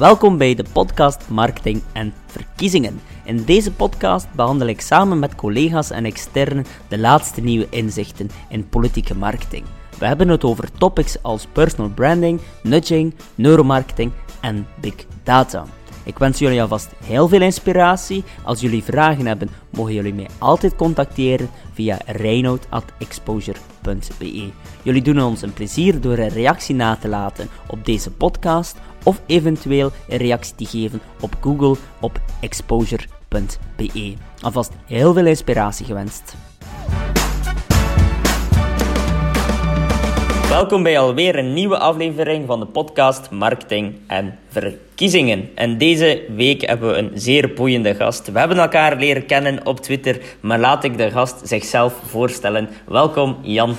Welkom bij de podcast Marketing en Verkiezingen. In deze podcast behandel ik samen met collega's en externen de laatste nieuwe inzichten in politieke marketing. We hebben het over topics als personal branding, nudging, neuromarketing en big data. Ik wens jullie alvast heel veel inspiratie. Als jullie vragen hebben, mogen jullie mij altijd contacteren via reinoud@exposure.be. Jullie doen ons een plezier door een reactie na te laten op deze podcast of eventueel een reactie te geven op Google op exposure.be. Alvast heel veel inspiratie gewenst. Welkom bij alweer een nieuwe aflevering van de podcast Marketing en Verkiezingen. En deze week hebben we een zeer boeiende gast. We hebben elkaar leren kennen op Twitter, maar laat ik de gast zichzelf voorstellen. Welkom Jan.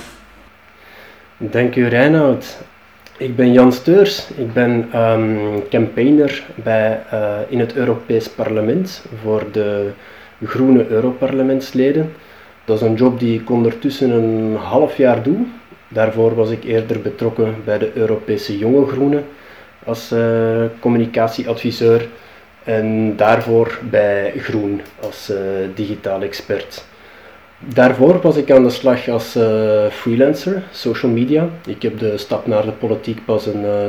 Dank u Reinoud. Ik ben Jan Steurs. Ik ben campaigner in het Europees Parlement voor de groene Europarlementsleden. Dat is een job die ik ondertussen een half jaar doe. Daarvoor was ik eerder betrokken bij de Europese Jonge Groenen als communicatieadviseur en daarvoor bij Groen als digitaal expert. Daarvoor was ik aan de slag als freelancer, social media. Ik heb de stap naar de politiek pas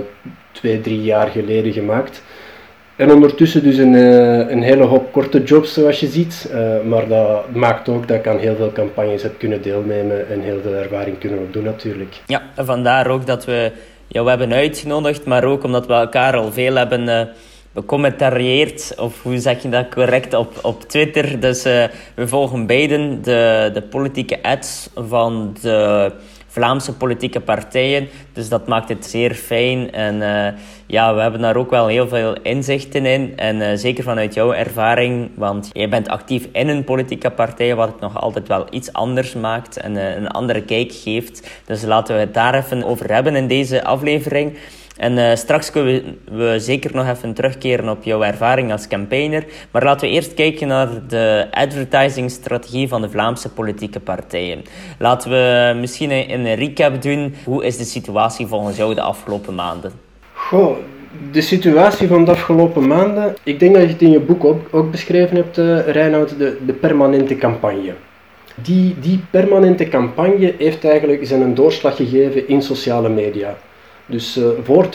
2-3 jaar geleden gemaakt. En ondertussen dus een hele hoop korte jobs zoals je ziet, maar dat maakt ook dat ik aan heel veel campagnes heb kunnen deelnemen en heel veel ervaring kunnen opdoen natuurlijk. Ja, en vandaar ook dat we jou hebben uitgenodigd, maar ook omdat we elkaar al veel hebben becommentarieerd, of hoe zeg je dat correct, op Twitter. Dus we volgen beiden de politieke ads van de Vlaamse politieke partijen, dus dat maakt het zeer fijn en we hebben daar ook wel heel veel inzichten in en zeker vanuit jouw ervaring, want jij bent actief in een politieke partij, wat het nog altijd wel iets anders maakt en een andere kijk geeft. Dus laten we het daar even over hebben in deze aflevering. En straks kunnen we zeker nog even terugkeren op jouw ervaring als campaigner. Maar laten we eerst kijken naar de advertisingstrategie van de Vlaamse politieke partijen. Laten we misschien een recap doen. Hoe is de situatie volgens jou de afgelopen maanden? Goh, de situatie van de afgelopen maanden... Ik denk dat je het in je boek ook beschreven hebt, Reinoud, de permanente campagne. Die permanente campagne heeft eigenlijk zijn doorslag gegeven in sociale media. Dus voor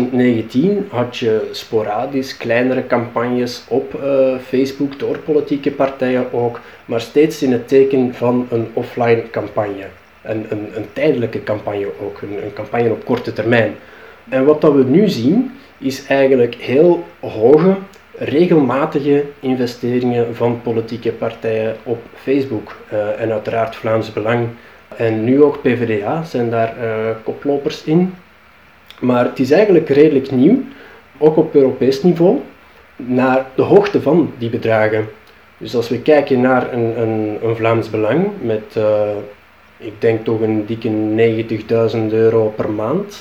2019 had je sporadisch kleinere campagnes op Facebook door politieke partijen ook, maar steeds in het teken van een offline campagne. Een tijdelijke campagne ook, een campagne op korte termijn. En wat dat we nu zien, is eigenlijk heel hoge, regelmatige investeringen van politieke partijen op Facebook. En uiteraard Vlaams Belang en nu ook PvdA zijn daar koplopers in. Maar het is eigenlijk redelijk nieuw, ook op Europees niveau, naar de hoogte van die bedragen. Dus als we kijken naar een Vlaams Belang met, ik denk toch een dikke €90.000 per maand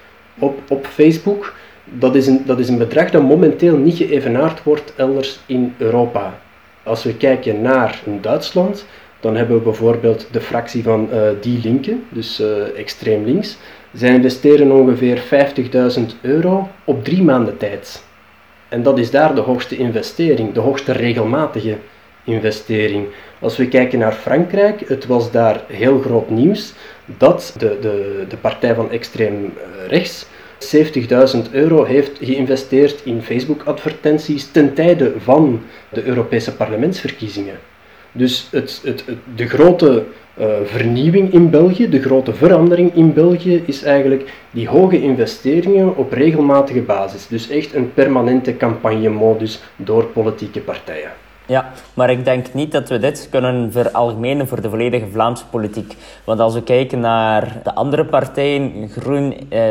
op Facebook, dat is een bedrag dat momenteel niet geëvenaard wordt elders in Europa. Als we kijken naar Duitsland, dan hebben we bijvoorbeeld de fractie van Die Linke, dus extreem links. Zij investeren ongeveer €50.000 op 3 maanden tijd. En dat is daar de hoogste investering, de hoogste regelmatige investering. Als we kijken naar Frankrijk, het was daar heel groot nieuws dat de partij van extreem rechts €70.000 heeft geïnvesteerd in Facebook-advertenties ten tijde van de Europese parlementsverkiezingen. Dus de grote vernieuwing in België, de grote verandering in België is eigenlijk die hoge investeringen op regelmatige basis. Dus echt een permanente campagnemodus door politieke partijen. Ja, maar ik denk niet dat we dit kunnen veralgemenen voor de volledige Vlaamse politiek. Want als we kijken naar de andere partijen, Groen,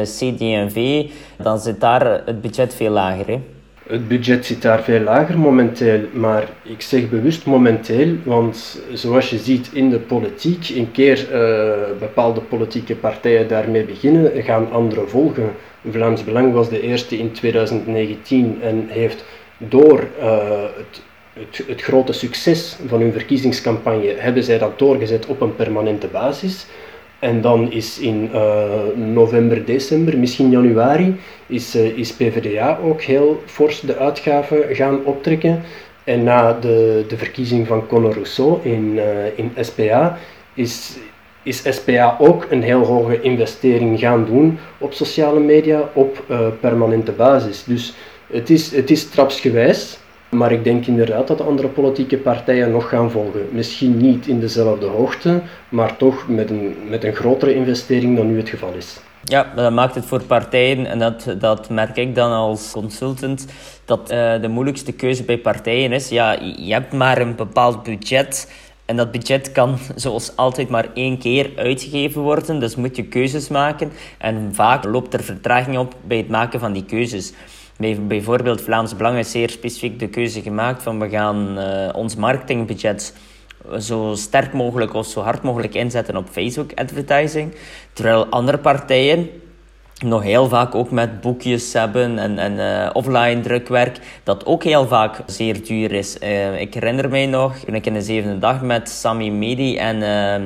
CD&V, dan zit daar het budget veel lager, hè? Het budget zit daar veel lager momenteel, maar ik zeg bewust momenteel, want zoals je ziet in de politiek, een keer bepaalde politieke partijen daarmee beginnen, gaan andere volgen. Vlaams Belang was de eerste in 2019 en heeft door het grote succes van hun verkiezingscampagne, hebben zij dat doorgezet op een permanente basis. En dan is in november, december, misschien januari, is PvdA ook heel fors de uitgaven gaan optrekken. En na de verkiezing van Conor Rousseau in SPA is SPA ook een heel hoge investering gaan doen op sociale media op permanente basis. Dus het is trapsgewijs, maar ik denk inderdaad dat de andere politieke partijen nog gaan volgen. Misschien niet in dezelfde hoogte, maar toch met een grotere investering dan nu het geval is. Ja, dat maakt het voor partijen, en dat merk ik dan als consultant, dat de moeilijkste keuze bij partijen is. Ja, je hebt maar een bepaald budget en dat budget kan zoals altijd maar 1 keer uitgegeven worden. Dus moet je keuzes maken en vaak loopt er vertraging op bij het maken van die keuzes. Bijvoorbeeld Vlaams Belang heeft zeer specifiek de keuze gemaakt van we gaan ons marketingbudget zo sterk mogelijk of zo hard mogelijk inzetten op Facebook advertising. Terwijl andere partijen nog heel vaak ook met boekjes hebben en offline drukwerk, dat ook heel vaak zeer duur is. Ik herinner mij nog, toen ik in de 7e dag met Sami Medi en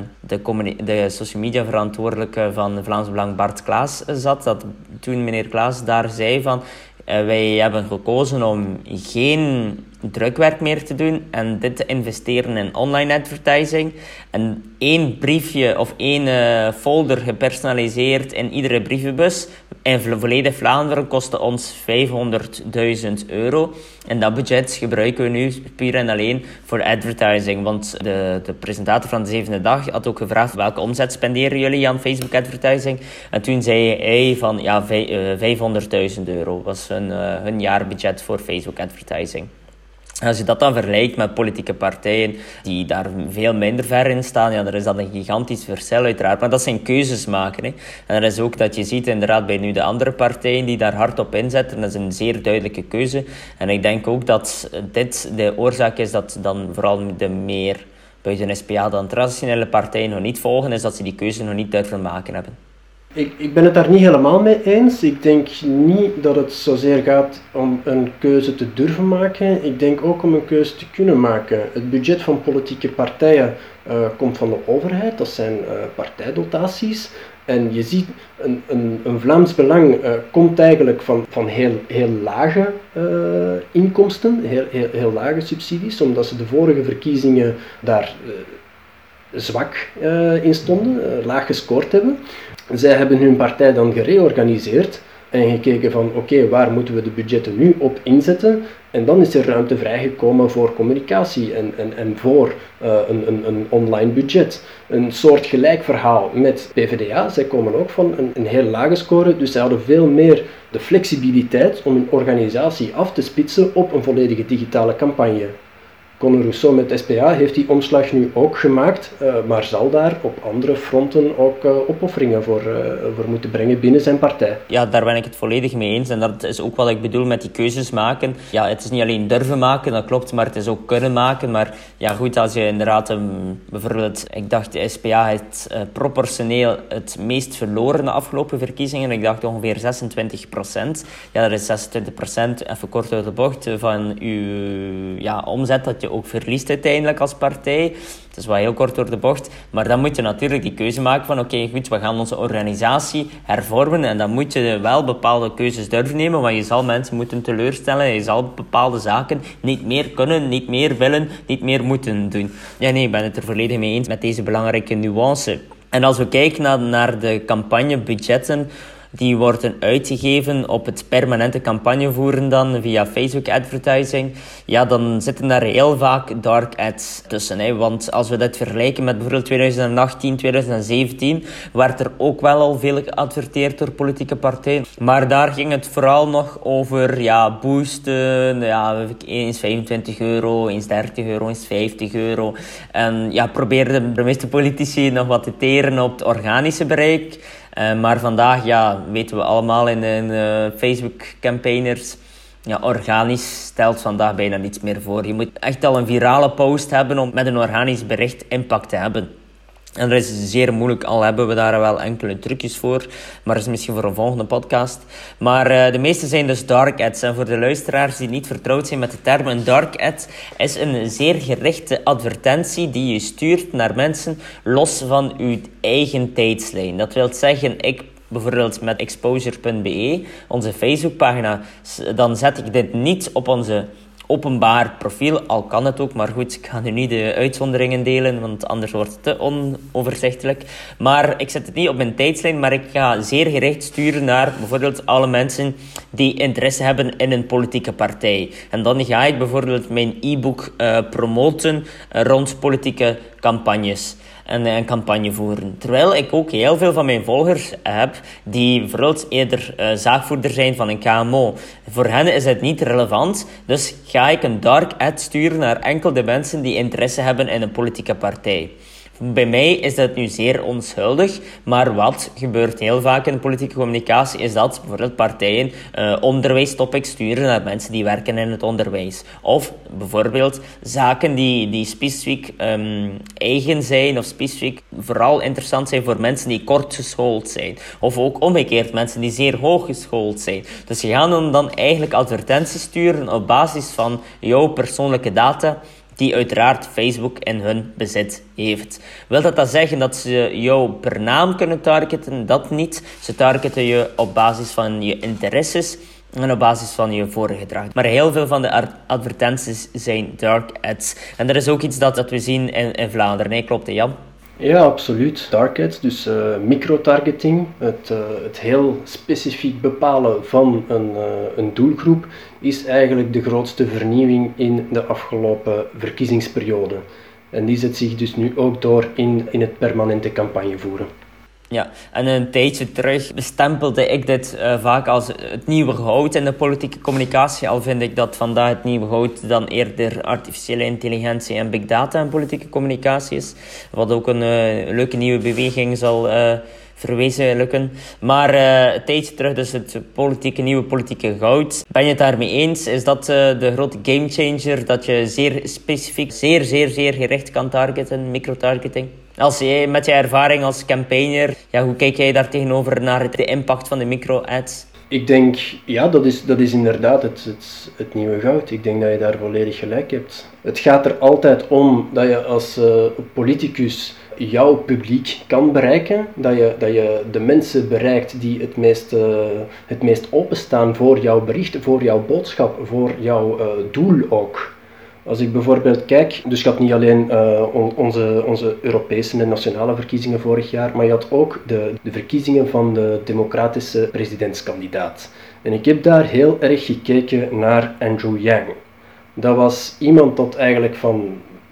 de social media verantwoordelijke van Vlaams Belang Bart Klaas zat, dat toen meneer Klaas daar zei van wij hebben gekozen om geen drukwerk meer te doen en dit te investeren in online advertising. En 1 briefje of 1 folder gepersonaliseerd in iedere brievenbus in volledig Vlaanderen kostte ons €500.000. En dat budget gebruiken we nu puur en alleen voor advertising. Want de presentator van de 7e dag had ook gevraagd welke omzet spenderen jullie aan Facebook advertising. En toen zei hij van ja, €500.000 was hun jaarbudget voor Facebook advertising. Als je dat dan vergelijkt met politieke partijen die daar veel minder ver in staan, ja, dan is dat een gigantisch verschil uiteraard. Maar dat zijn keuzes maken. Hè. En dat is ook dat je ziet inderdaad bij nu de andere partijen die daar hard op inzetten. Dat is een zeer duidelijke keuze. En ik denk ook dat dit de oorzaak is dat dan vooral de meer buiten SPA dan traditionele partijen nog niet volgen, is dat ze die keuze nog niet durven maken hebben. Ik ben het daar niet helemaal mee eens. Ik denk niet dat het zozeer gaat om een keuze te durven maken. Ik denk ook om een keuze te kunnen maken. Het budget van politieke partijen komt van de overheid. Dat zijn partijdotaties. En je ziet, een Vlaams Belang komt eigenlijk van heel lage inkomsten, heel lage subsidies, omdat ze de vorige verkiezingen daar zwak in stonden, laag gescoord hebben. Zij hebben hun partij dan gereorganiseerd en gekeken van oké, waar moeten we de budgetten nu op inzetten? En dan is er ruimte vrijgekomen voor communicatie en voor een online budget. Een soort gelijk verhaal met PvdA. Zij komen ook van een heel lage score, dus zij hadden veel meer de flexibiliteit om hun organisatie af te spitsen op een volledige digitale campagne. Conor Rousseau met SPA heeft die omslag nu ook gemaakt, maar zal daar op andere fronten ook opofferingen voor moeten brengen binnen zijn partij. Ja, daar ben ik het volledig mee eens en dat is ook wat ik bedoel met die keuzes maken. Ja, het is niet alleen durven maken, dat klopt, maar het is ook kunnen maken. Maar ja, goed, als je inderdaad bijvoorbeeld, ik dacht de SPA heeft proportioneel het meest verloren de afgelopen verkiezingen. Ik dacht ongeveer 26%. Ja, dat is 26%, even kort uit de bocht, van uw omzet dat je ook verliest uiteindelijk als partij. Het is wel heel kort door de bocht. Maar dan moet je natuurlijk die keuze maken van oké, goed, we gaan onze organisatie hervormen. En dan moet je wel bepaalde keuzes durven nemen, want je zal mensen moeten teleurstellen. Je zal bepaalde zaken niet meer kunnen, niet meer willen, niet meer moeten doen. Ja, nee, ik ben het er volledig mee eens met deze belangrijke nuance. En als we kijken naar de campagnebudgetten, die worden uitgegeven op het permanente campagnevoeren dan via Facebook advertising. Ja, dan zitten daar heel vaak dark ads tussen. Hè. Want als we dat vergelijken met bijvoorbeeld 2018, 2017, werd er ook wel al veel geadverteerd door politieke partijen. Maar daar ging het vooral nog over boosten. Ja, eens €25, eens €30, eens €50. En ja, probeerden de meeste politici nog wat te teren op het organische bereik. Maar vandaag weten we allemaal in Facebook-campaigners, organisch stelt vandaag bijna niets meer voor. Je moet echt al een virale post hebben om met een organisch bericht impact te hebben. En dat is zeer moeilijk, al hebben we daar wel enkele trucjes voor. Maar dat is misschien voor een volgende podcast. Maar de meeste zijn dus dark ads. En voor de luisteraars die niet vertrouwd zijn met de term, een dark ad is een zeer gerichte advertentie die je stuurt naar mensen los van uw eigen tijdslijn. Dat wil zeggen, ik bijvoorbeeld met exposure.be, onze Facebookpagina, dan zet ik dit niet op onze openbaar profiel, al kan het ook, maar goed, ik ga nu niet de uitzonderingen delen, want anders wordt het te onoverzichtelijk. Maar ik zet het niet op mijn tijdslijn, maar ik ga zeer gericht sturen naar bijvoorbeeld alle mensen die interesse hebben in een politieke partij. En dan ga ik bijvoorbeeld mijn e-book promoten rond politieke campagnes. En campagne voeren. Terwijl ik ook heel veel van mijn volgers heb die bijvoorbeeld eerder zaakvoerder zijn van een KMO. Voor hen is het niet relevant, dus ga ik een dark ad sturen naar enkel de mensen die interesse hebben in een politieke partij. Bij mij is dat nu zeer onschuldig, maar wat gebeurt heel vaak in de politieke communicatie is dat bijvoorbeeld partijen onderwijstopics sturen naar mensen die werken in het onderwijs. Of bijvoorbeeld zaken die specifiek eigen zijn of specifiek vooral interessant zijn voor mensen die kort geschoold zijn. Of ook omgekeerd, mensen die zeer hoog geschoold zijn. Dus je gaat dan eigenlijk advertenties sturen op basis van jouw persoonlijke data, die uiteraard Facebook in hun bezit heeft. Wil dat zeggen dat ze jou per naam kunnen targeten? Dat niet. Ze targeten je op basis van je interesses en op basis van je vorige gedrag. Maar heel veel van de advertenties zijn dark ads. En dat is ook iets dat we zien in Vlaanderen. Nee, klopt, hè, Jan? Ja, absoluut. Dark ads, dus microtargeting, het heel specifiek bepalen van een doelgroep, is eigenlijk de grootste vernieuwing in de afgelopen verkiezingsperiode. En die zet zich dus nu ook door in het permanente campagne voeren. Ja, en een tijdje terug bestempelde ik dit vaak als het nieuwe goud in de politieke communicatie. Al vind ik dat vandaag het nieuwe goud dan eerder artificiële intelligentie en big data in politieke communicatie is. Wat ook een leuke nieuwe beweging zal verwezenlijken. Maar een tijdje terug, dus het nieuwe politieke goud. Ben je het daarmee eens? Is dat de grote gamechanger dat je zeer specifiek, zeer gericht kan targeten, microtargeting? Als jij met je ervaring als campaigner, hoe kijk jij daar tegenover naar de impact van de micro-ads? Ik denk, ja, dat is inderdaad het nieuwe goud. Ik denk dat je daar volledig gelijk hebt. Het gaat er altijd om dat je als politicus jouw publiek kan bereiken, dat je de mensen bereikt die het meest openstaan voor jouw bericht, voor jouw boodschap, voor jouw doel ook. Als ik bijvoorbeeld kijk, dus je had niet alleen onze Europese en nationale verkiezingen vorig jaar, maar je had ook de verkiezingen van de democratische presidentskandidaat. En ik heb daar heel erg gekeken naar Andrew Yang. Dat was iemand dat eigenlijk van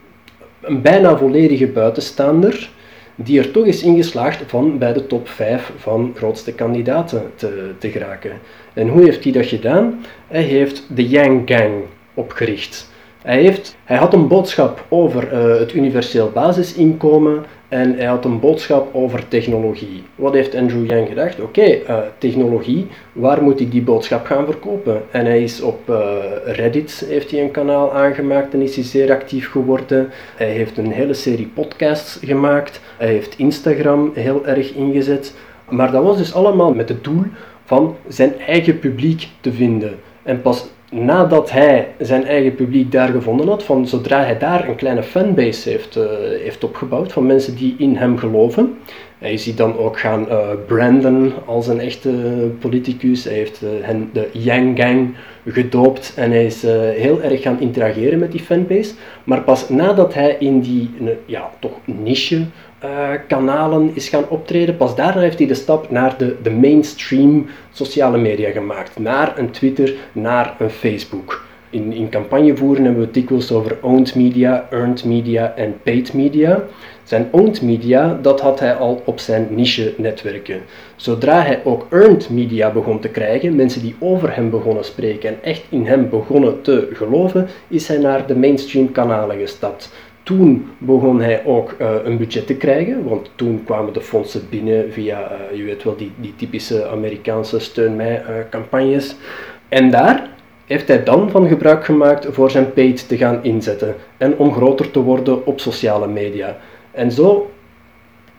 een bijna volledige buitenstaander, die er toch is ingeslaagd van bij de top 5 van grootste kandidaten te geraken. En hoe heeft hij dat gedaan? Hij heeft de Yang Gang opgericht. Hij had een boodschap over het universeel basisinkomen en hij had een boodschap over technologie. Wat heeft Andrew Yang gedacht? Oké, technologie, waar moet ik die boodschap gaan verkopen? En hij is op Reddit heeft hij een kanaal aangemaakt en is hij zeer actief geworden. Hij heeft een hele serie podcasts gemaakt. Hij heeft Instagram heel erg ingezet. Maar dat was dus allemaal met het doel van zijn eigen publiek te vinden. En pas nadat hij zijn eigen publiek daar gevonden had, van zodra hij daar een kleine fanbase heeft opgebouwd van mensen die in hem geloven, hij is dan ook gaan branden als een echte politicus. Hij heeft hen de Yang Gang gedoopt en hij is heel erg gaan interageren met die fanbase. Maar pas nadat hij in die toch niche kanalen is gaan optreden, pas daarna heeft hij de stap naar de mainstream sociale media gemaakt. Naar een Twitter, naar een Facebook. In campagne voeren hebben we het dikwijls over owned media, earned media en paid media. Zijn owned media, dat had hij al op zijn niche-netwerken. Zodra hij ook earned media begon te krijgen, mensen die over hem begonnen spreken en echt in hem begonnen te geloven, is hij naar de mainstream kanalen gestapt. Toen begon hij ook een budget te krijgen, want toen kwamen de fondsen binnen via, je weet wel, die typische Amerikaanse steun mij campagnes. En daar heeft hij dan van gebruik gemaakt voor zijn paid te gaan inzetten en om groter te worden op sociale media. En zo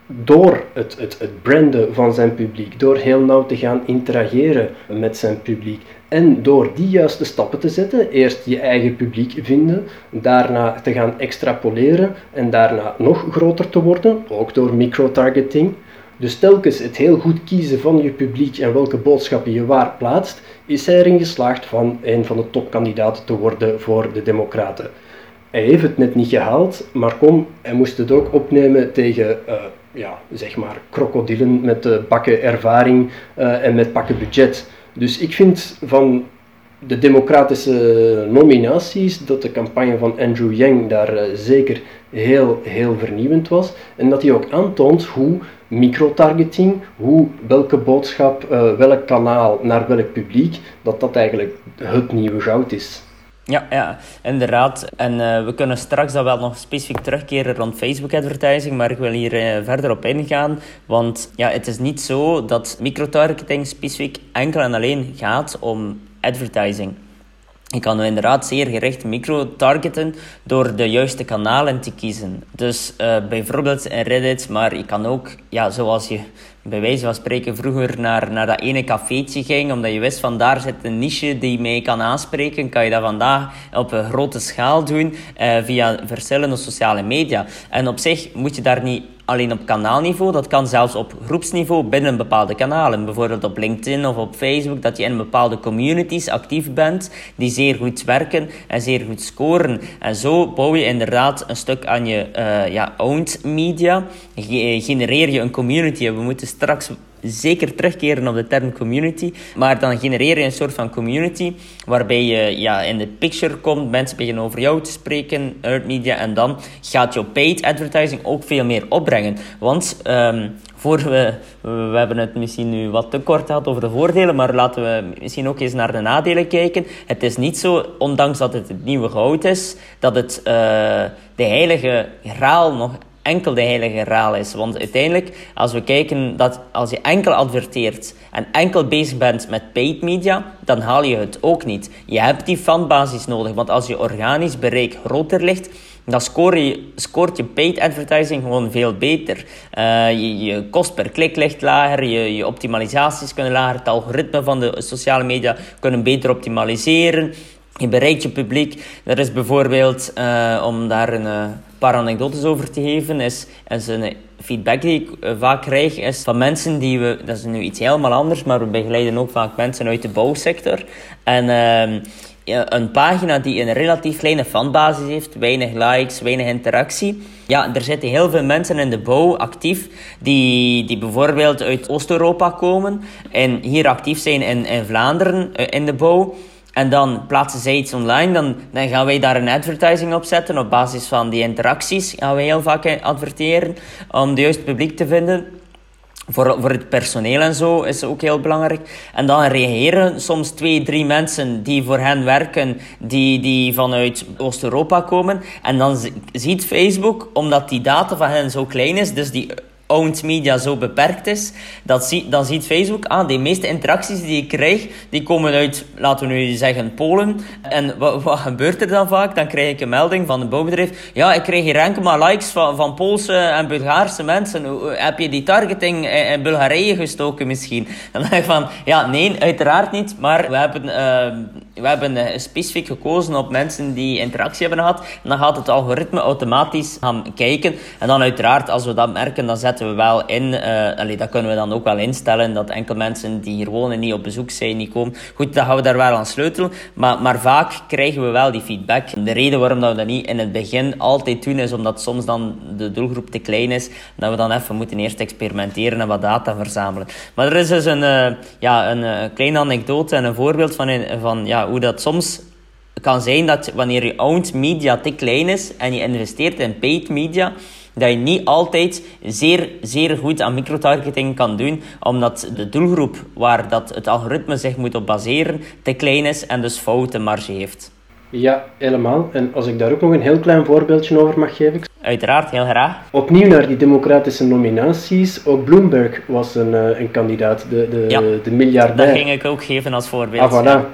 door het branden van zijn publiek, door heel nauw te gaan interageren met zijn publiek en door die juiste stappen te zetten, eerst je eigen publiek vinden, daarna te gaan extrapoleren en daarna nog groter te worden, ook door microtargeting. Dus telkens het heel goed kiezen van je publiek en welke boodschappen je waar plaatst, is hij erin geslaagd van een van de topkandidaten te worden voor de Democraten. Hij heeft het net niet gehaald, maar hij moest het ook opnemen tegen zeg maar krokodillen met bakken ervaring en met bakken budget. Dus ik vind van de democratische nominaties dat de campagne van Andrew Yang daar zeker heel, heel vernieuwend was. En dat hij ook aantoont hoe microtargeting, welke boodschap, welk kanaal naar welk publiek, dat eigenlijk het nieuwe goud is. Ja, inderdaad. En we kunnen straks dat wel nog specifiek terugkeren rond Facebook advertising, maar ik wil hier verder op ingaan, want ja, het is niet zo dat microtargeting specifiek enkel en alleen gaat om advertising. Je kan inderdaad zeer gericht micro-targeten door de juiste kanalen te kiezen. Dus bijvoorbeeld in Reddit, maar je kan ook, zoals je bij wijze van spreken vroeger naar dat ene cafeetje ging, omdat je wist van daar zit een niche die mij kan aanspreken, kan je dat vandaag op een grote schaal doen via verschillende sociale media. En op zich moet je daar niet alleen op kanaalniveau, dat kan zelfs op groepsniveau binnen bepaalde kanalen. Bijvoorbeeld op LinkedIn of op Facebook, dat je in bepaalde communities actief bent die zeer goed werken en zeer goed scoren. En zo bouw je inderdaad een stuk aan je owned media. Genereer je een community. En we moeten straks zeker terugkeren op de term community, maar dan genereer je een soort van community waarbij je in de picture komt, mensen beginnen over jou te spreken, earned media, en dan gaat jouw paid advertising ook veel meer opbrengen. Want we hebben het misschien nu wat te kort gehad over de voordelen, maar laten we misschien ook eens naar de nadelen kijken. Het is niet zo, ondanks dat het nieuwe goud is, dat het de heilige graal nog enkel de heilige graal is. Want uiteindelijk, als we kijken dat als je enkel adverteert en enkel bezig bent met paid media, dan haal je het ook niet. Je hebt die fanbasis nodig, want als je organisch bereik groter ligt, dan scoort je paid advertising gewoon veel beter. Je kost per klik ligt lager, je optimalisaties kunnen lager, het algoritme van de sociale media kunnen beter optimaliseren. Je bereikt je publiek. Er is bijvoorbeeld, om daar een paar anekdotes over te geven, is een feedback die ik vaak krijg, is van mensen dat is nu iets helemaal anders, maar we begeleiden ook vaak mensen uit de bouwsector. En een pagina die een relatief kleine fanbasis heeft, weinig likes, weinig interactie. Ja, er zitten heel veel mensen in de bouw actief die bijvoorbeeld uit Oost-Europa komen en hier actief zijn in Vlaanderen in de bouw. En dan plaatsen zij iets online, dan gaan wij daar een advertising op zetten. Op basis van die interacties gaan wij heel vaak adverteren om de juiste publiek te vinden. Voor het personeel en zo is het ook heel belangrijk. En dan reageren soms 2-3 mensen die voor hen werken, die vanuit Oost-Europa komen. En dan ziet Facebook, omdat die data van hen zo klein is, dus die owned media zo beperkt is, dan ziet Facebook, de meeste interacties die ik krijg, die komen uit, laten we nu zeggen, Polen. En wat gebeurt er dan vaak? Dan krijg ik een melding van een bouwbedrijf. Ja, ik krijg hier enkel maar likes van Poolse en Bulgaarse mensen. Heb je die targeting in Bulgarije gestoken misschien? Dan denk ik van, nee, uiteraard niet. Maar we hebben specifiek gekozen op mensen die interactie hebben gehad. En dan gaat het algoritme automatisch gaan kijken. En dan uiteraard, als we dat merken, dan zetten we wel in. Dat kunnen we dan ook wel instellen. Dat enkel mensen die hier wonen, niet op bezoek zijn, niet komen. Goed, dan gaan we daar wel aan sleutelen. Maar vaak krijgen we wel die feedback. De reden waarom dat we dat niet in het begin altijd doen, is omdat soms dan de doelgroep te klein is. Dat we dan even moeten eerst experimenteren en wat data verzamelen. Maar er is dus een kleine anekdote en een voorbeeld van hoe dat soms kan zijn dat wanneer je owned media te klein is en je investeert in paid media, dat je niet altijd zeer, zeer goed aan microtargeting kan doen, omdat de doelgroep waar dat het algoritme zich moet op baseren te klein is en dus foute marge heeft. Ja, helemaal. En als ik daar ook nog een heel klein voorbeeldje over mag geven. Uiteraard, heel graag. Opnieuw naar die democratische nominaties. Ook Bloomberg was een kandidaat, de miljardair. Dat ging ik ook geven als voorbeeld. Voilà.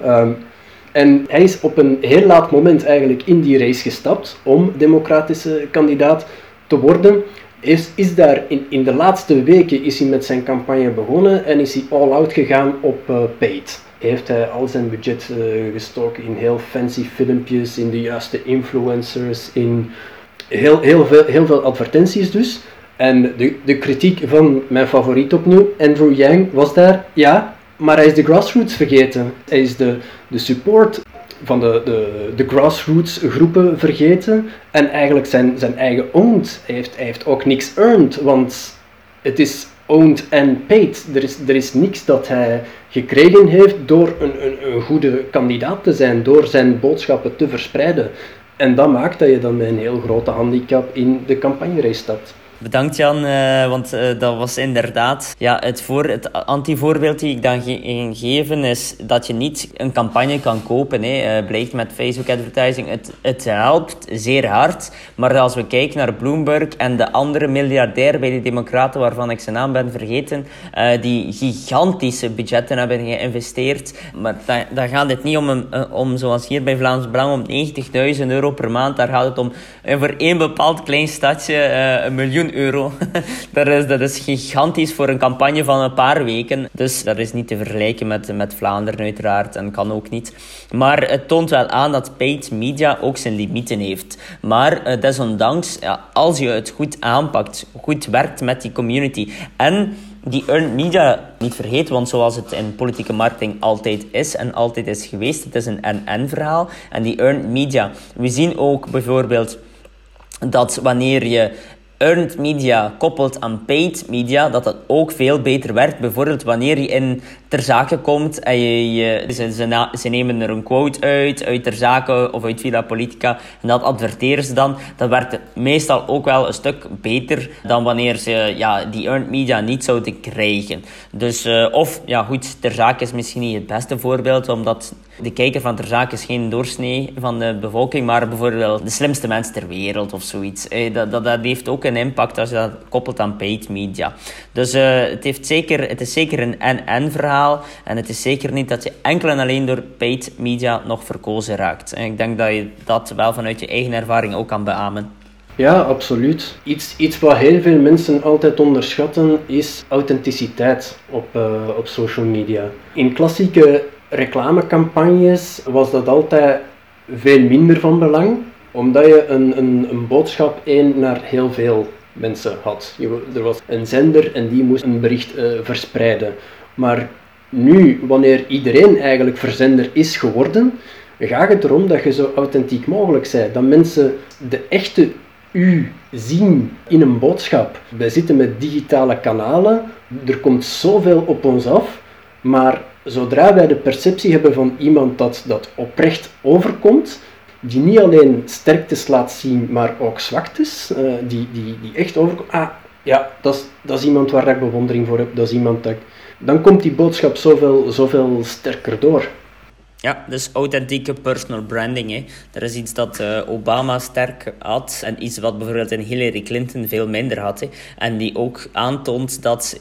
En hij is op een heel laat moment eigenlijk in die race gestapt om democratische kandidaat te worden. is daar in de laatste weken is hij met zijn campagne begonnen en is hij all out gegaan op paid. Heeft hij al zijn budget gestoken in heel fancy filmpjes, in de juiste influencers, in heel veel advertenties dus. En de kritiek van mijn favoriet opnieuw, Andrew Yang, was daar, ja, maar hij is de grassroots vergeten. Hij is de support van de grassroots groepen vergeten en eigenlijk zijn eigen owned. Hij heeft ook niks earned, want het is owned and paid. Er is niks dat hij gekregen heeft door een goede kandidaat te zijn, door zijn boodschappen te verspreiden. En dat maakt dat je dan met een heel grote handicap in de campagnerace stapt. Bedankt Jan, want dat was inderdaad het anti-voorbeeld die ik dan ging geven is dat je niet een campagne kan kopen. Blijkt met Facebook advertising, het helpt zeer hard, maar als we kijken naar Bloomberg en de andere miljardair bij de Democraten, waarvan ik zijn naam ben vergeten, die gigantische budgetten hebben geïnvesteerd, maar daar gaat het niet om zoals hier bij Vlaams Belang, om €90.000 per maand. Daar gaat het om voor één bepaald klein stadje €1 miljoen. Dat is gigantisch voor een campagne van een paar weken. Dus dat is niet te vergelijken met Vlaanderen uiteraard en kan ook niet. Maar het toont wel aan dat paid media ook zijn limieten heeft. Maar desondanks, als je het goed aanpakt, goed werkt met die community en die earned media niet vergeten, want zoals het in politieke marketing altijd is en altijd is geweest, het is een en-en verhaal. En die earned media, we zien ook bijvoorbeeld dat wanneer je earned media koppelt aan paid media, dat ook veel beter werkt. Bijvoorbeeld wanneer je ter zake komt en ze nemen er een quote uit ter zake of uit Villa Politica en dat adverteren ze dan. Dat werkt meestal ook wel een stuk beter dan wanneer ze die earned media niet zouden krijgen. Dus, ter zake is misschien niet het beste voorbeeld, omdat de kijker van ter zake is geen doorsnee van de bevolking, maar bijvoorbeeld de slimste mens ter wereld of zoiets. Dat heeft ook een impact als je dat koppelt aan paid media. Dus het is zeker een en-en verhaal. En het is zeker niet dat je enkel en alleen door paid media nog verkozen raakt. En ik denk dat je dat wel vanuit je eigen ervaring ook kan beamen. Ja, absoluut. Iets wat heel veel mensen altijd onderschatten is authenticiteit op social media. In klassieke reclamecampagnes was dat altijd veel minder van belang, omdat je een boodschap naar heel veel mensen had. Er was een zender en die moest een bericht verspreiden. Maar nu, wanneer iedereen eigenlijk verzender is geworden, gaat het erom dat je zo authentiek mogelijk bent. Dat mensen de echte u zien in een boodschap. Wij zitten met digitale kanalen, er komt zoveel op ons af, maar zodra wij de perceptie hebben van iemand dat oprecht overkomt, die niet alleen sterktes laat zien, maar ook zwaktes, die echt overkomt. Dat is iemand waar ik bewondering voor heb, dat is iemand dat dan komt die boodschap zoveel sterker door. Ja, dus authentieke personal branding. Hè. Dat is iets dat Obama sterk had en iets wat bijvoorbeeld in Hillary Clinton veel minder had. Hè. En die ook aantoont dat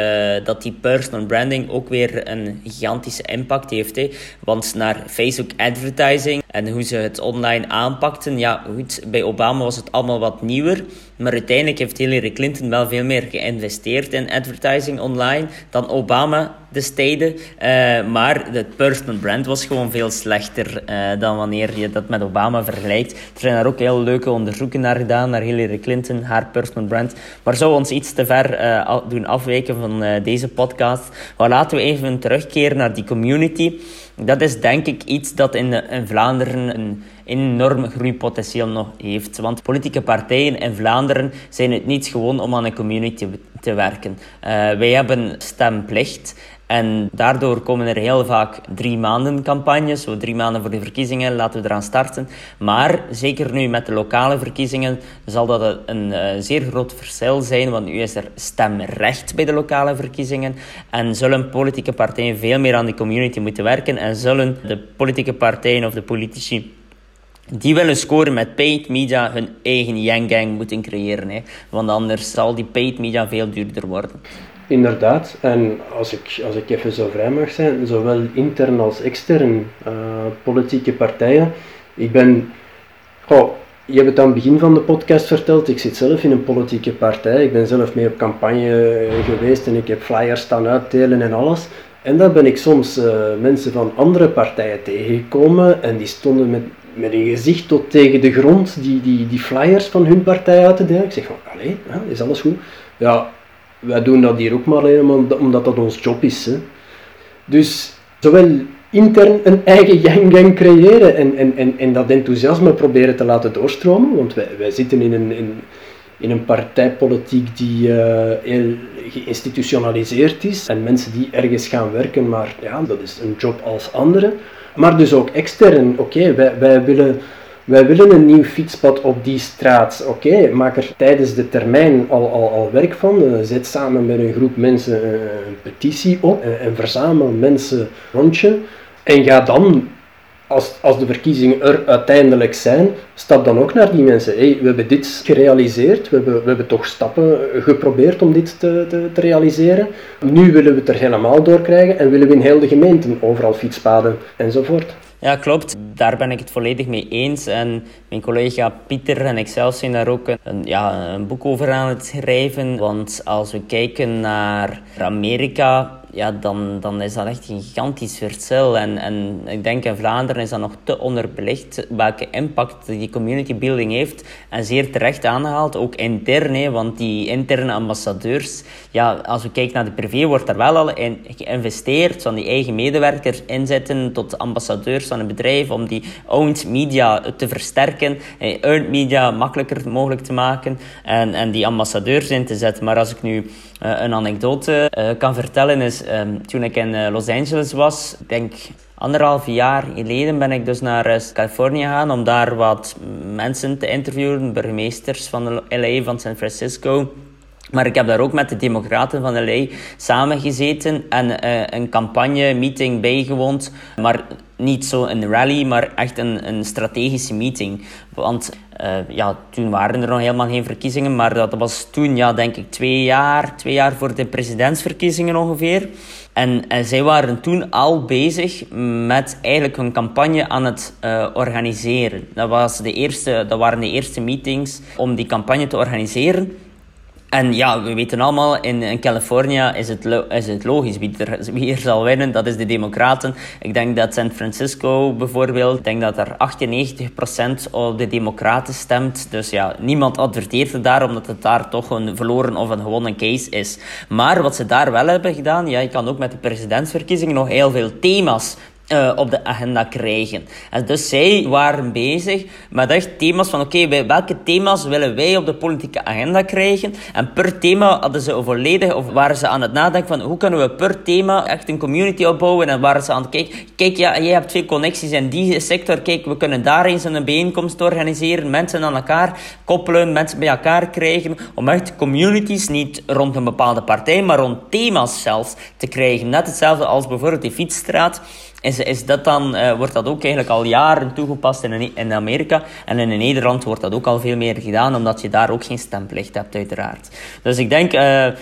die personal branding ook weer een gigantische impact heeft. Hè. Want naar Facebook advertising en hoe ze het online aanpakten, bij Obama was het allemaal wat nieuwer. Maar uiteindelijk heeft Hillary Clinton wel veel meer geïnvesteerd in advertising online dan Obama destijds. Maar het personal brand was gewoon veel slechter dan wanneer je dat met Obama vergelijkt. Er zijn daar ook heel leuke onderzoeken naar gedaan, naar Hillary Clinton, haar personal brand. Maar zou ons iets te ver doen afwijken van deze podcast. Maar laten we even terugkeren naar die community. Dat is denk ik iets dat in Vlaanderen een enorm groeipotentieel nog heeft. Want politieke partijen in Vlaanderen zijn het niet gewoon om aan een community te werken. Wij hebben stemplicht. En daardoor komen er heel vaak 3 maanden campagnes, zo 3 maanden voor de verkiezingen, laten we eraan starten. Maar zeker nu met de lokale verkiezingen zal dat een zeer groot verschil zijn, want nu is er stemrecht bij de lokale verkiezingen. En zullen politieke partijen veel meer aan de community moeten werken en zullen de politieke partijen of de politici die willen scoren met paid media hun eigen yang gang moeten creëren. Hè. Want anders zal die paid media veel duurder worden. Inderdaad, en als ik even zo vrij mag zijn, zowel intern als extern politieke partijen. Je hebt het aan het begin van de podcast verteld, ik zit zelf in een politieke partij, ik ben zelf mee op campagne geweest en ik heb flyers staan uitdelen en alles. En daar ben ik soms mensen van andere partijen tegengekomen en die stonden met een gezicht tot tegen de grond die flyers van hun partij uit te delen. Ik zeg van, allee, is alles goed? Ja, wij doen dat hier ook maar alleen omdat dat ons job is. Hè. Dus zowel intern een eigen yang creëren en dat enthousiasme proberen te laten doorstromen, want wij zitten in een partijpolitiek die heel geïnstitutionaliseerd is en mensen die ergens gaan werken, maar ja, dat is een job als andere. Maar dus ook extern, oké, wij willen een nieuw fietspad op die straat. Oké, maak er tijdens de termijn al werk van. Zet samen met een groep mensen een petitie op en verzamel mensen rond je. En ga dan, als de verkiezingen er uiteindelijk zijn, stap dan ook naar die mensen. Hey, we hebben dit gerealiseerd, we hebben toch stappen geprobeerd om dit te realiseren. Nu willen we het er helemaal door krijgen en willen we in heel de gemeenten overal fietspaden enzovoort. Ja, klopt. Daar ben ik het volledig mee eens. En mijn collega Pieter en ikzelf zijn daar ook een boek over aan het schrijven. Want als we kijken naar Amerika, ja, dan is dat echt een gigantisch verschil. En ik denk in Vlaanderen is dat nog te onderbelicht welke impact die community building heeft. En zeer terecht aangehaald, ook intern. Want die interne ambassadeurs, ja, als we kijken naar de privé, wordt daar wel al in geïnvesteerd. Van die eigen medewerkers inzetten tot ambassadeurs van een bedrijf om die owned media te versterken. Earned media makkelijker mogelijk te maken. En die ambassadeurs in te zetten. Maar als ik nu een anekdote kan vertellen is, toen ik in Los Angeles was, ik denk 1,5 jaar geleden ben ik dus naar Californië gegaan om daar wat mensen te interviewen, burgemeesters van LA, van San Francisco. Maar ik heb daar ook met de democraten van LA samengezeten en een campagne-meeting bijgewoond. Maar niet zo een rally, maar echt een strategische meeting. Want toen waren er nog helemaal geen verkiezingen, maar dat was toen, denk ik, 2 jaar voor de presidentsverkiezingen ongeveer. En zij waren toen al bezig met eigenlijk hun campagne aan het organiseren. Dat waren de eerste meetings om die campagne te organiseren. En ja, we weten allemaal, in Californië is het logisch. Wie er zal winnen, dat is de democraten. Ik denk dat San Francisco bijvoorbeeld, ik denk dat er 98% op de democraten stemt. Dus ja, niemand adverteert het daar, omdat het daar toch een verloren of een gewonnen case is. Maar wat ze daar wel hebben gedaan, ja, je kan ook met de presidentsverkiezingen nog heel veel thema's op de agenda krijgen. En dus zij waren bezig met echt thema's van welke thema's willen wij op de politieke agenda krijgen? En per thema hadden ze volledig, of waren ze aan het nadenken van hoe kunnen we per thema echt een community opbouwen? En waren ze aan het kijken, kijk, ja, jij hebt veel connecties in die sector, kijk, we kunnen daar eens een bijeenkomst organiseren, mensen aan elkaar koppelen, mensen bij elkaar krijgen, om echt communities, niet rond een bepaalde partij, maar rond thema's zelfs te krijgen. Net hetzelfde als bijvoorbeeld die fietsstraat. Is dat dan, wordt dat ook eigenlijk al jaren toegepast in Amerika. En in Nederland wordt dat ook al veel meer gedaan, omdat je daar ook geen stemplicht hebt, uiteraard. Dus ik denk,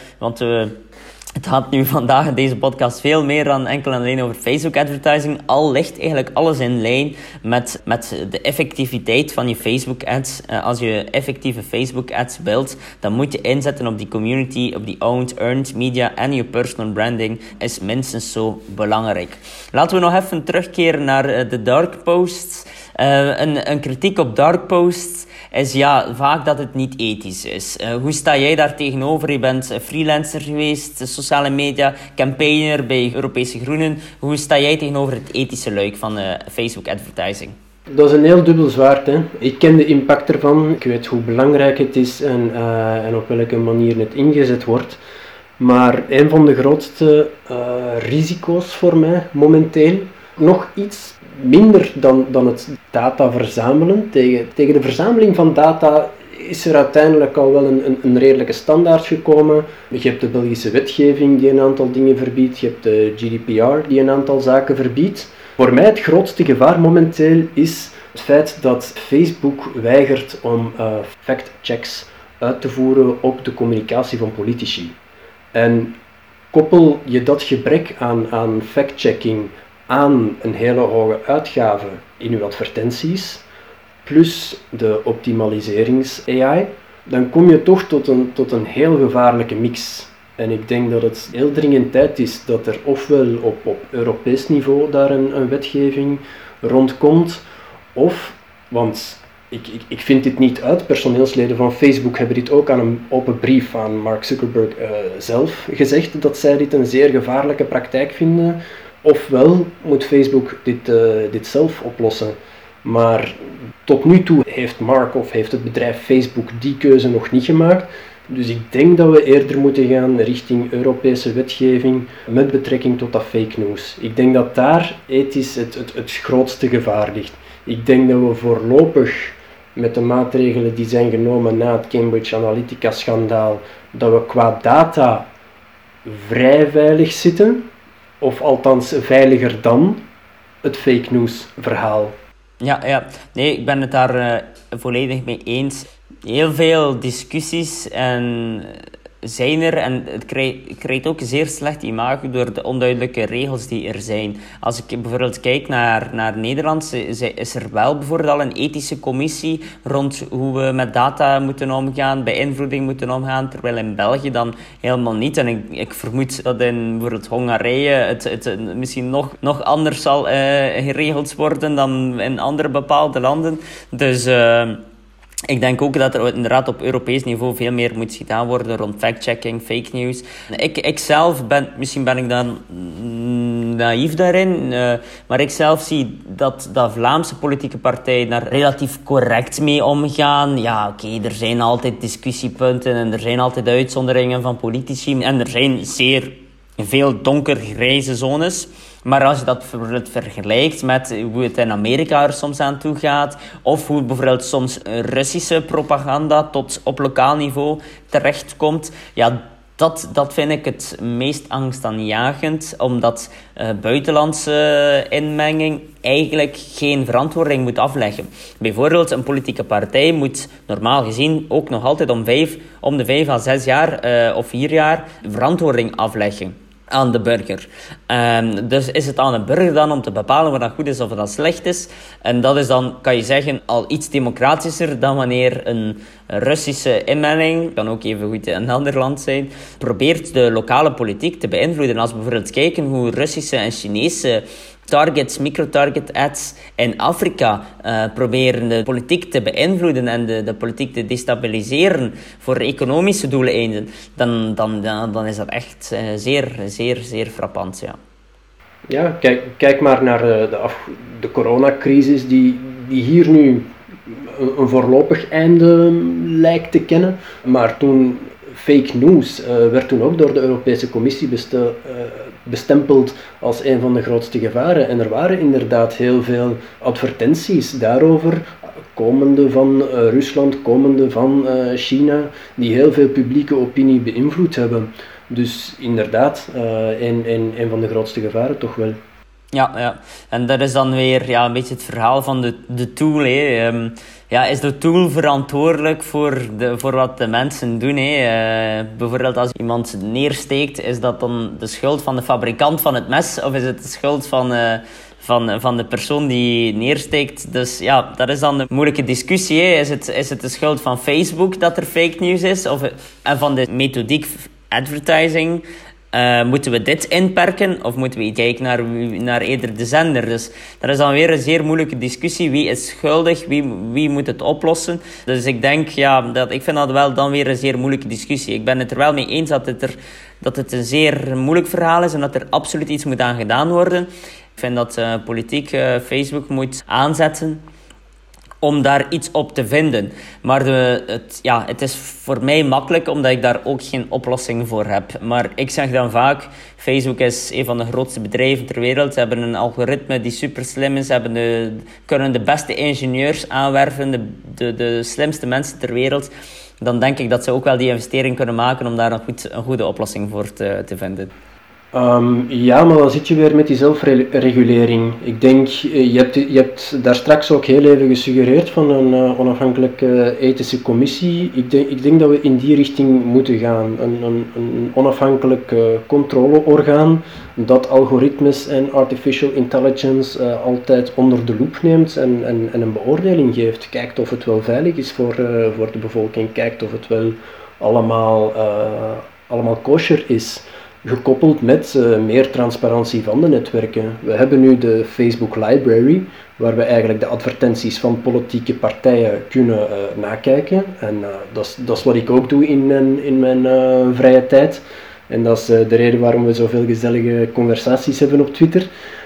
het gaat nu vandaag in deze podcast veel meer dan enkel en alleen over Facebook advertising. Al ligt eigenlijk alles in lijn met de effectiviteit van je Facebook ads. Als je effectieve Facebook ads wilt, dan moet je inzetten op die community, op die owned, earned media en je personal branding is minstens zo belangrijk. Laten we nog even terugkeren naar de dark posts. Een kritiek op dark posts is vaak dat het niet ethisch is. Hoe sta jij daar tegenover? Je bent freelancer geweest, sociale media, campaigner bij Europese Groenen. Hoe sta jij tegenover het ethische luik van Facebook advertising? Dat is een heel dubbel zwaard. Hè. Ik ken de impact ervan, ik weet hoe belangrijk het is en op welke manier het ingezet wordt. Maar een van de grootste risico's voor mij momenteel, nog iets minder dan het data verzamelen. Tegen de verzameling van data is er uiteindelijk al wel een redelijke standaard gekomen. Je hebt de Belgische wetgeving die een aantal dingen verbiedt. Je hebt de GDPR die een aantal zaken verbiedt. Voor mij het grootste gevaar momenteel is het feit dat Facebook weigert om factchecks uit te voeren op de communicatie van politici. En koppel je dat gebrek aan factchecking aan een hele hoge uitgave in uw advertenties, plus de optimaliserings-AI, dan kom je toch tot een heel gevaarlijke mix. En ik denk dat het heel dringend tijd is dat er ofwel op Europees niveau daar een wetgeving rondkomt, of, want ik vind dit niet uit, personeelsleden van Facebook hebben dit ook aan een open brief aan Mark Zuckerberg zelf gezegd, dat zij dit een zeer gevaarlijke praktijk vinden. Ofwel moet Facebook dit zelf oplossen. Maar tot nu toe heeft Mark of heeft het bedrijf Facebook die keuze nog niet gemaakt. Dus ik denk dat we eerder moeten gaan richting Europese wetgeving met betrekking tot dat fake news. Ik denk dat daar ethisch het grootste gevaar ligt. Ik denk dat we voorlopig met de maatregelen die zijn genomen na het Cambridge Analytica-schandaal, dat we qua data vrij veilig zitten, of althans veiliger dan het fake news verhaal. Ja. Nee, ik ben het daar volledig mee eens. Heel veel discussies zijn er en het krijgt ook een zeer slecht imago door de onduidelijke regels die er zijn. Als ik bijvoorbeeld kijk naar Nederland, is er wel bijvoorbeeld al een ethische commissie rond hoe we met data moeten omgaan, beïnvloeding moeten omgaan, terwijl in België dan helemaal niet. En ik vermoed dat in bijvoorbeeld Hongarije het misschien nog anders zal geregeld worden dan in andere bepaalde landen. Dus ik denk ook dat er inderdaad op Europees niveau veel meer moet gedaan worden rond fact-checking, fake news. Ik zelf misschien ben ik dan naïef daarin, maar ik zelf zie dat Vlaamse politieke partijen daar relatief correct mee omgaan. Ja, oké, er zijn altijd discussiepunten en er zijn altijd uitzonderingen van politici en er zijn zeer veel donkergrijze zones. Maar als je dat bijvoorbeeld vergelijkt met hoe het in Amerika er soms aan toe gaat, of hoe bijvoorbeeld soms Russische propaganda tot op lokaal niveau terechtkomt, ja, dat vind ik het meest angstaanjagend, omdat buitenlandse inmenging eigenlijk geen verantwoording moet afleggen. Bijvoorbeeld een politieke partij moet normaal gezien ook nog altijd om de 5 à 6 jaar of 4 jaar verantwoording afleggen aan de burger. Dus is het aan de burger dan om te bepalen wat dat goed is of wat dat slecht is. En dat is dan, kan je zeggen, al iets democratischer dan wanneer een Russische inmenging, kan ook even goed in een ander land zijn, probeert de lokale politiek te beïnvloeden. Als we bijvoorbeeld kijken hoe Russische en Chinese targets, microtarget ads in Afrika proberen de politiek te beïnvloeden en de politiek te destabiliseren voor economische doeleinden, dan is dat echt zeer, zeer, zeer frappant, ja. Ja, kijk maar naar de coronacrisis die hier nu een voorlopig einde lijkt te kennen. Maar toen fake news werd toen ook door de Europese Commissie bestempeld als een van de grootste gevaren. En er waren inderdaad heel veel advertenties daarover, komende van Rusland, komende van China, die heel veel publieke opinie beïnvloed hebben. Dus inderdaad, een van de grootste gevaren toch wel. Ja, en dat is dan weer een beetje het verhaal van de tool. Is de tool verantwoordelijk voor wat de mensen doen? Bijvoorbeeld als iemand neersteekt, is dat dan de schuld van de fabrikant van het mes? Of is het de schuld van de persoon die neersteekt? Dus ja, dat is dan een moeilijke discussie. Is het de schuld van Facebook dat er fake news is? En van de methodiek advertising? Moeten we dit inperken of moeten we kijken naar eerder de zender? Dus dat is dan weer een zeer moeilijke discussie. Wie is schuldig? Wie moet het oplossen? Dus ik denk, ik vind dat wel dan weer een zeer moeilijke discussie. Ik ben het er wel mee eens dat het een zeer moeilijk verhaal is en dat er absoluut iets moet aan gedaan worden. Ik vind dat politiek Facebook moet aanzetten om daar iets op te vinden. Maar het is voor mij makkelijk, omdat ik daar ook geen oplossing voor heb. Maar ik zeg dan vaak, Facebook is een van de grootste bedrijven ter wereld. Ze hebben een algoritme die super slim is. Ze kunnen de beste ingenieurs aanwerven, de slimste mensen ter wereld. Dan denk ik dat ze ook wel die investering kunnen maken om daar een goede oplossing voor te vinden. Ja, maar dan zit je weer met die zelfregulering. Ik denk, je hebt daar straks ook heel even gesuggereerd van een onafhankelijke ethische commissie. Ik denk dat we in die richting moeten gaan. Een onafhankelijk controleorgaan dat algoritmes en artificial intelligence altijd onder de loep neemt en een beoordeling geeft. Kijkt of het wel veilig is voor de bevolking, kijkt of het wel allemaal kosher is. Gekoppeld met meer transparantie van de netwerken. We hebben nu de Facebook Library, waar we eigenlijk de advertenties van politieke partijen kunnen nakijken. En dat is wat ik ook doe in mijn vrije tijd. En dat is de reden waarom we zoveel gezellige conversaties hebben op Twitter.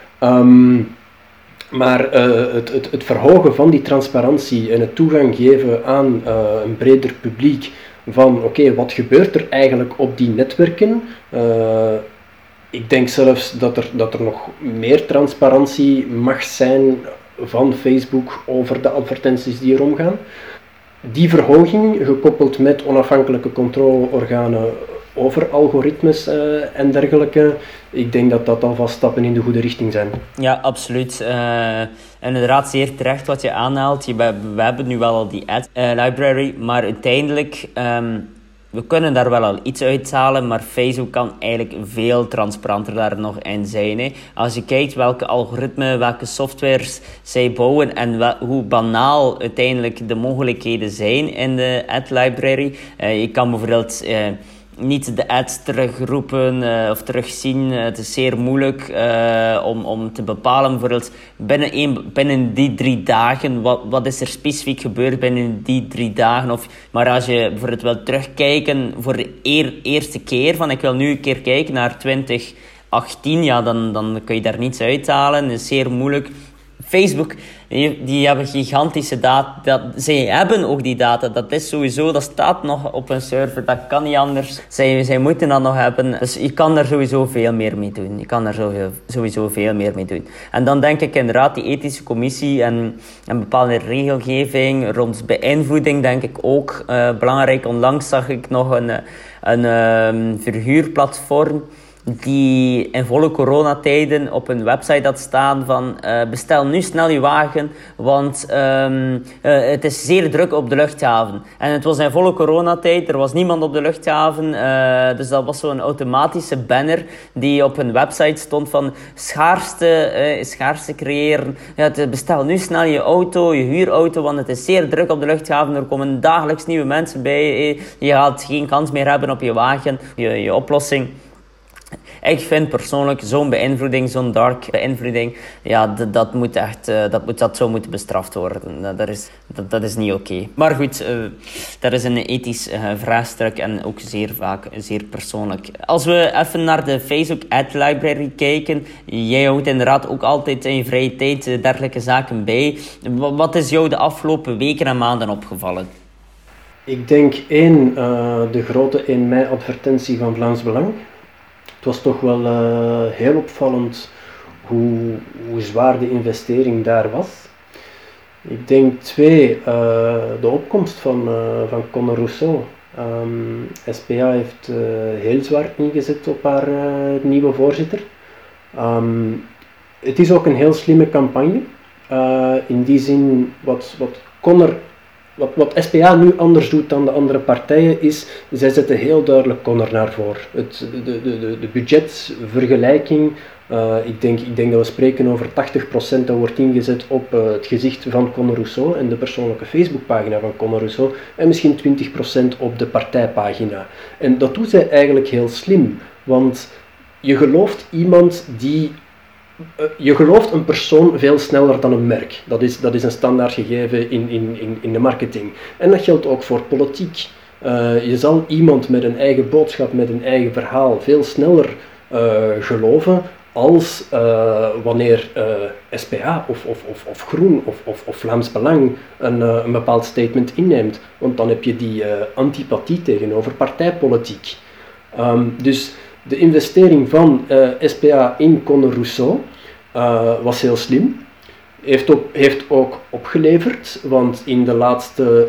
Maar het verhogen van die transparantie en het toegang geven aan een breder publiek van oké, wat gebeurt er eigenlijk op die netwerken? Ik denk zelfs dat er nog meer transparantie mag zijn van Facebook over de advertenties die er omgaan. Die verhoging, gekoppeld met onafhankelijke controleorganen over algoritmes en dergelijke, ik denk dat dat alvast stappen in de goede richting zijn. Ja, absoluut. En inderdaad, zeer terecht wat je aanhaalt. We hebben nu wel al die ad library, maar uiteindelijk, we kunnen daar wel al iets uithalen, maar Facebook kan eigenlijk veel transparanter daar nog in zijn. Hè. Als je kijkt welke algoritmen, welke softwares zij bouwen en hoe banaal uiteindelijk de mogelijkheden zijn in de ad library. Je kan bijvoorbeeld niet de ads terugroepen of terugzien. Het is zeer moeilijk om te bepalen, bijvoorbeeld binnen die 3 dagen, wat is er specifiek gebeurd binnen die 3 dagen. Maar als je bijvoorbeeld wil terugkijken voor de eerste keer, van ik wil nu een keer kijken naar 2018, ja, dan kun je daar niets uithalen. Het is zeer moeilijk. Facebook, die hebben gigantische data. Zij hebben ook die data. Dat is sowieso, dat staat nog op een server. Dat kan niet anders. Zij moeten dat nog hebben. Dus je kan daar sowieso veel meer mee doen. En dan denk ik inderdaad die ethische commissie en bepaalde regelgeving rond beïnvloeding denk ik ook belangrijk. Onlangs zag ik nog een verhuurplatform die in volle coronatijden op een website had staan van bestel nu snel je wagen, want het is zeer druk op de luchthaven. En het was in volle coronatijd, er was niemand op de luchthaven, dus dat was zo'n automatische banner die op een website stond van schaarste creëren. Ja, bestel nu snel je auto, je huurauto, want het is zeer druk op de luchthaven, er komen dagelijks nieuwe mensen bij, je gaat geen kans meer hebben op je wagen, je oplossing. Ik vind persoonlijk zo'n beïnvloeding, zo'n dark beïnvloeding, ja, dat zou moeten bestraft worden. Dat is niet oké. Maar goed, dat is een ethisch vraagstuk en ook zeer persoonlijk. Als we even naar de Facebook Ad Library kijken, jij houdt inderdaad ook altijd in je vrije tijd dergelijke zaken bij. Wat is jou de afgelopen weken en maanden opgevallen? Ik denk de grote 1 mei advertentie van Vlaams Belang. Het was toch wel heel opvallend hoe zwaar de investering daar was. Ik denk 2, de opkomst van Conor Rousseau. SPA heeft heel zwaar ingezet op haar nieuwe voorzitter. Het is ook een heel slimme campagne. In die zin, wat SPA nu anders doet dan de andere partijen is, zij zetten heel duidelijk Conor naar voren. De budgetvergelijking, ik denk dat we spreken over 80% dat wordt ingezet op het gezicht van Conor Rousseau en de persoonlijke Facebookpagina van Conor Rousseau en misschien 20% op de partijpagina. En dat doet zij eigenlijk heel slim, want je gelooft je gelooft een persoon veel sneller dan een merk. Dat is een standaard gegeven in de marketing. En dat geldt ook voor politiek. Je zal iemand met een eigen boodschap, met een eigen verhaal veel sneller geloven als wanneer SPA of Groen of Vlaams Belang een bepaald statement inneemt. Want dan heb je die antipathie tegenover partijpolitiek. Dus de investering van SPA in Conor Rousseau was heel slim. Heeft ook opgeleverd, want in de laatste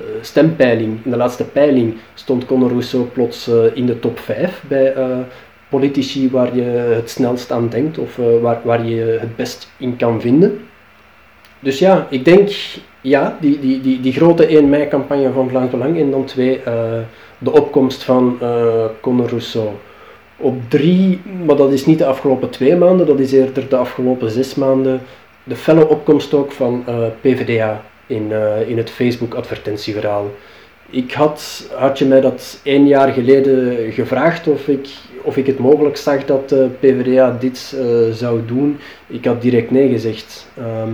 stempeiling, in de laatste peiling, stond Conor Rousseau plots in de top 5 bij politici waar je het snelst aan denkt of waar je het best in kan vinden. Dus ja, ik denk die grote 1 mei-campagne van Vlaams Belang en dan 2, de opkomst van Conor Rousseau. Op 3, maar dat is niet de afgelopen 2 maanden, dat is eerder de afgelopen 6 maanden, de felle opkomst ook van PvdA in het Facebook-advertentieverhaal. Had je mij dat 1 jaar geleden gevraagd of ik het mogelijk zag dat PvdA dit zou doen, ik had direct nee gezegd.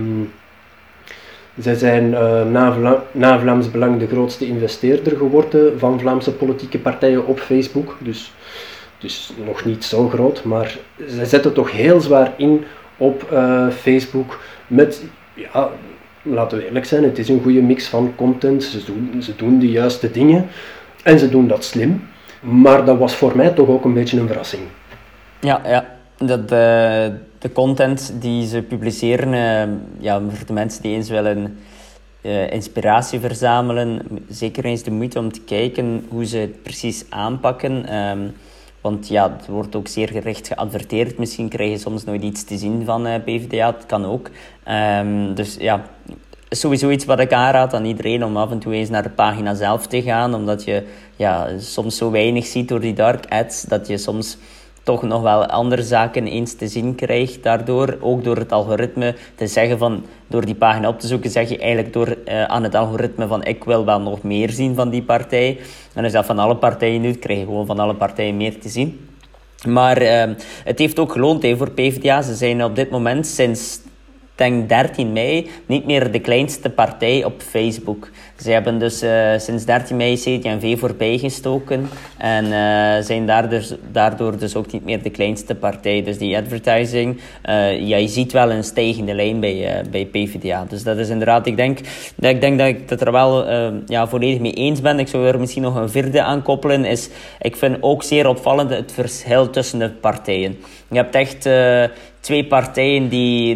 Zij zijn na Vlaams Belang de grootste investeerder geworden van Vlaamse politieke partijen op Facebook. Dus nog niet zo groot, maar zij zetten toch heel zwaar in op Facebook met, ja, laten we eerlijk zijn, het is een goede mix van content, ze doen de juiste dingen en ze doen dat slim. Maar dat was voor mij toch ook een beetje een verrassing. Ja. De content die ze publiceren, voor de mensen die eens willen inspiratie verzamelen, zeker eens de moeite om te kijken hoe ze het precies aanpakken. Want ja, het wordt ook zeer gericht geadverteerd. Misschien krijg je soms nooit iets te zien van PvdA, dat kan ook. Dus ja, sowieso iets wat ik aanraad aan iedereen om af en toe eens naar de pagina zelf te gaan, omdat je soms zo weinig ziet door die dark ads, dat je soms toch nog wel andere zaken eens te zien krijgt daardoor. Ook door het algoritme te zeggen van, door die pagina op te zoeken, zeg je eigenlijk door aan het algoritme van ik wil wel nog meer zien van die partij. En als dat van alle partijen doet, krijg je gewoon van alle partijen meer te zien. Maar het heeft ook geloond voor PvdA. Ze zijn op dit moment sinds, denk 13 mei, niet meer de kleinste partij op Facebook. Ze hebben dus sinds 13 mei CD&V voorbij gestoken en zijn daardoor dus ook niet meer de kleinste partij. Dus die advertising, je ziet wel een stijgende lijn bij PvdA. Dus dat is inderdaad, ik denk dat ik het er wel volledig mee eens ben. Ik zou er misschien nog een vierde aan koppelen. Ik vind ook zeer opvallend het verschil tussen de partijen. Je hebt echt twee partijen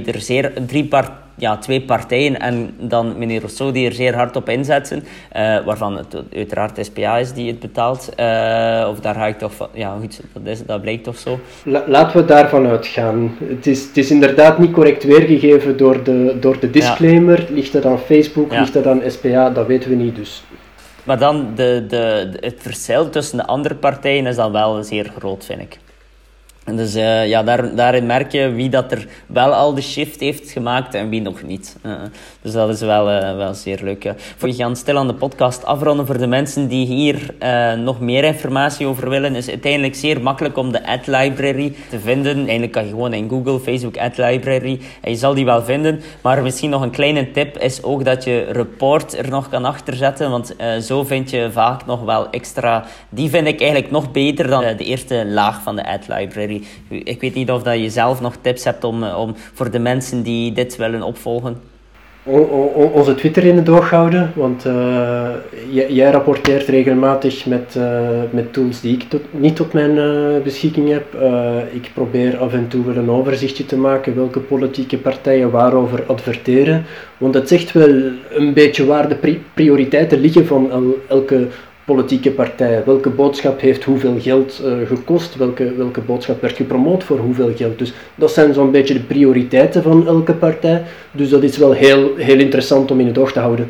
twee partijen en dan meneer Rousseau die er zeer hard op inzetten, waarvan het uiteraard SPA is die het betaalt. Of daar ga ik toch van, ja goed, dat blijkt toch zo. Laten we daarvan uitgaan. Het is inderdaad niet correct weergegeven door de disclaimer. Ja. Ligt dat aan Facebook, ligt dat aan SPA, dat weten we niet dus. Maar dan het verschil tussen de andere partijen is dan wel zeer groot, vind ik. En dus daarin merk je wie dat er wel al de shift heeft gemaakt en wie nog niet. Dus dat is wel zeer leuk. Ja. We gaan stil aan de podcast afronden. Voor de mensen die hier nog meer informatie over willen, is het uiteindelijk zeer makkelijk om de ad library te vinden. Eigenlijk kan je gewoon in Google, Facebook ad library en je zal die wel vinden. Maar misschien nog een kleine tip is ook dat je report er nog kan achterzetten, want zo vind je vaak nog wel extra. Die vind ik eigenlijk nog beter dan de eerste laag van de ad library. Ik weet niet of dat je zelf nog tips hebt om voor de mensen die dit willen opvolgen. Onze Twitter in het oog houden, want jij rapporteert regelmatig met tools die ik niet tot mijn beschikking heb. Ik probeer af en toe wel een overzichtje te maken welke politieke partijen waarover adverteren. Want het zegt wel een beetje waar de prioriteiten liggen van elke politieke partij. Welke boodschap heeft hoeveel geld gekost? Welke boodschap werd gepromoot voor hoeveel geld? Dus dat zijn zo'n beetje de prioriteiten van elke partij. Dus dat is wel heel, heel interessant om in het oog te houden.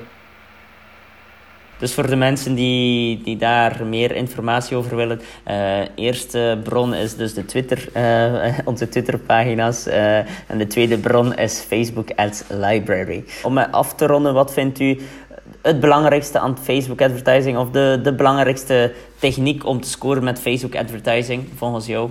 Dus voor de mensen die daar meer informatie over willen, eerste bron is dus de Twitter, onze Twitterpagina's. En de tweede bron is Facebook Ads Library. Om af te ronden, wat vindt u het belangrijkste aan Facebook advertising of de belangrijkste techniek om te scoren met Facebook advertising volgens jou?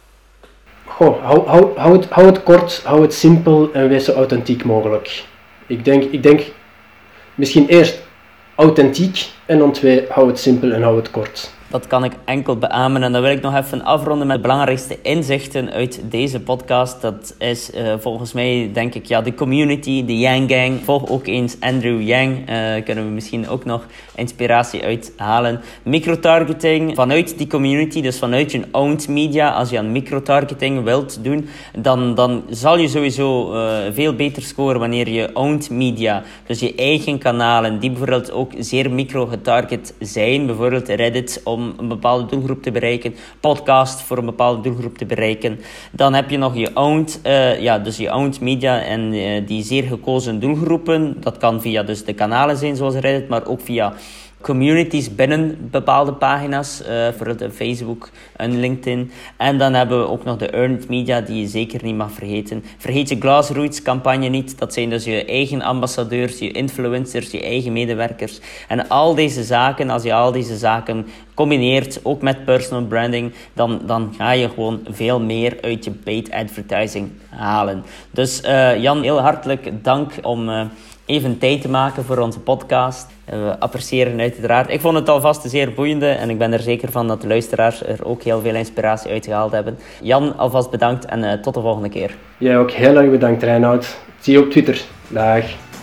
Goh, hou het kort, hou het simpel en wees zo authentiek mogelijk. Ik denk misschien eerst authentiek en dan 2, hou het simpel en hou het kort. Dat kan ik enkel beamen. En dan wil ik nog even afronden met de belangrijkste inzichten uit deze podcast. Dat is volgens mij, denk ik, de community, de Yang Gang. Volg ook eens Andrew Yang. Kunnen we misschien ook nog inspiratie uithalen. Microtargeting vanuit die community, dus vanuit je owned media. Als je aan microtargeting wilt doen, dan zal je sowieso veel beter scoren wanneer je owned media, dus je eigen kanalen, die bijvoorbeeld ook zeer micro getarget zijn, bijvoorbeeld Reddit om een bepaalde doelgroep te bereiken. Podcast voor een bepaalde doelgroep te bereiken. Dan heb je nog je owned, dus je owned media en die zeer gekozen doelgroepen. Dat kan via dus de kanalen zijn zoals Reddit, maar ook via communities binnen bepaalde pagina's, voor de Facebook en LinkedIn. En dan hebben we ook nog de earned media, die je zeker niet mag vergeten. Vergeet je grassroots campagne niet. Dat zijn dus je eigen ambassadeurs, je influencers, je eigen medewerkers. En al deze zaken, als je al deze zaken combineert, ook met personal branding, dan ga je gewoon veel meer uit je paid advertising halen. Dus Jan, heel hartelijk dank om even tijd te maken voor onze podcast. We appreciëren het uiteraard. Ik vond het alvast een zeer boeiende en ik ben er zeker van dat de luisteraars er ook heel veel inspiratie uit gehaald hebben. Jan, alvast bedankt en tot de volgende keer. Jij ook heel erg bedankt, Reinoud. Zie je op Twitter. Dag.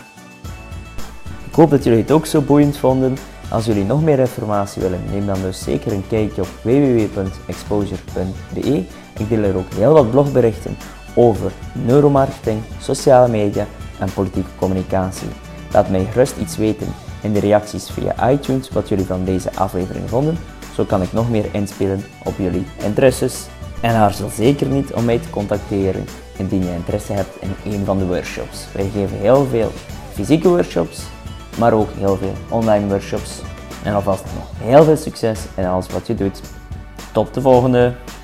Ik hoop dat jullie het ook zo boeiend vonden. Als jullie nog meer informatie willen, neem dan dus zeker een kijkje op www.exposure.be. Ik deel er ook heel wat blogberichten over neuromarketing, sociale media en politieke communicatie. Laat mij gerust iets weten in de reacties via iTunes wat jullie van deze aflevering vonden. Zo kan ik nog meer inspelen op jullie interesses. En aarzel zeker niet om mij te contacteren indien je interesse hebt in een van de workshops. Wij geven heel veel fysieke workshops, maar ook heel veel online workshops. En alvast nog heel veel succes in alles wat je doet. Tot de volgende!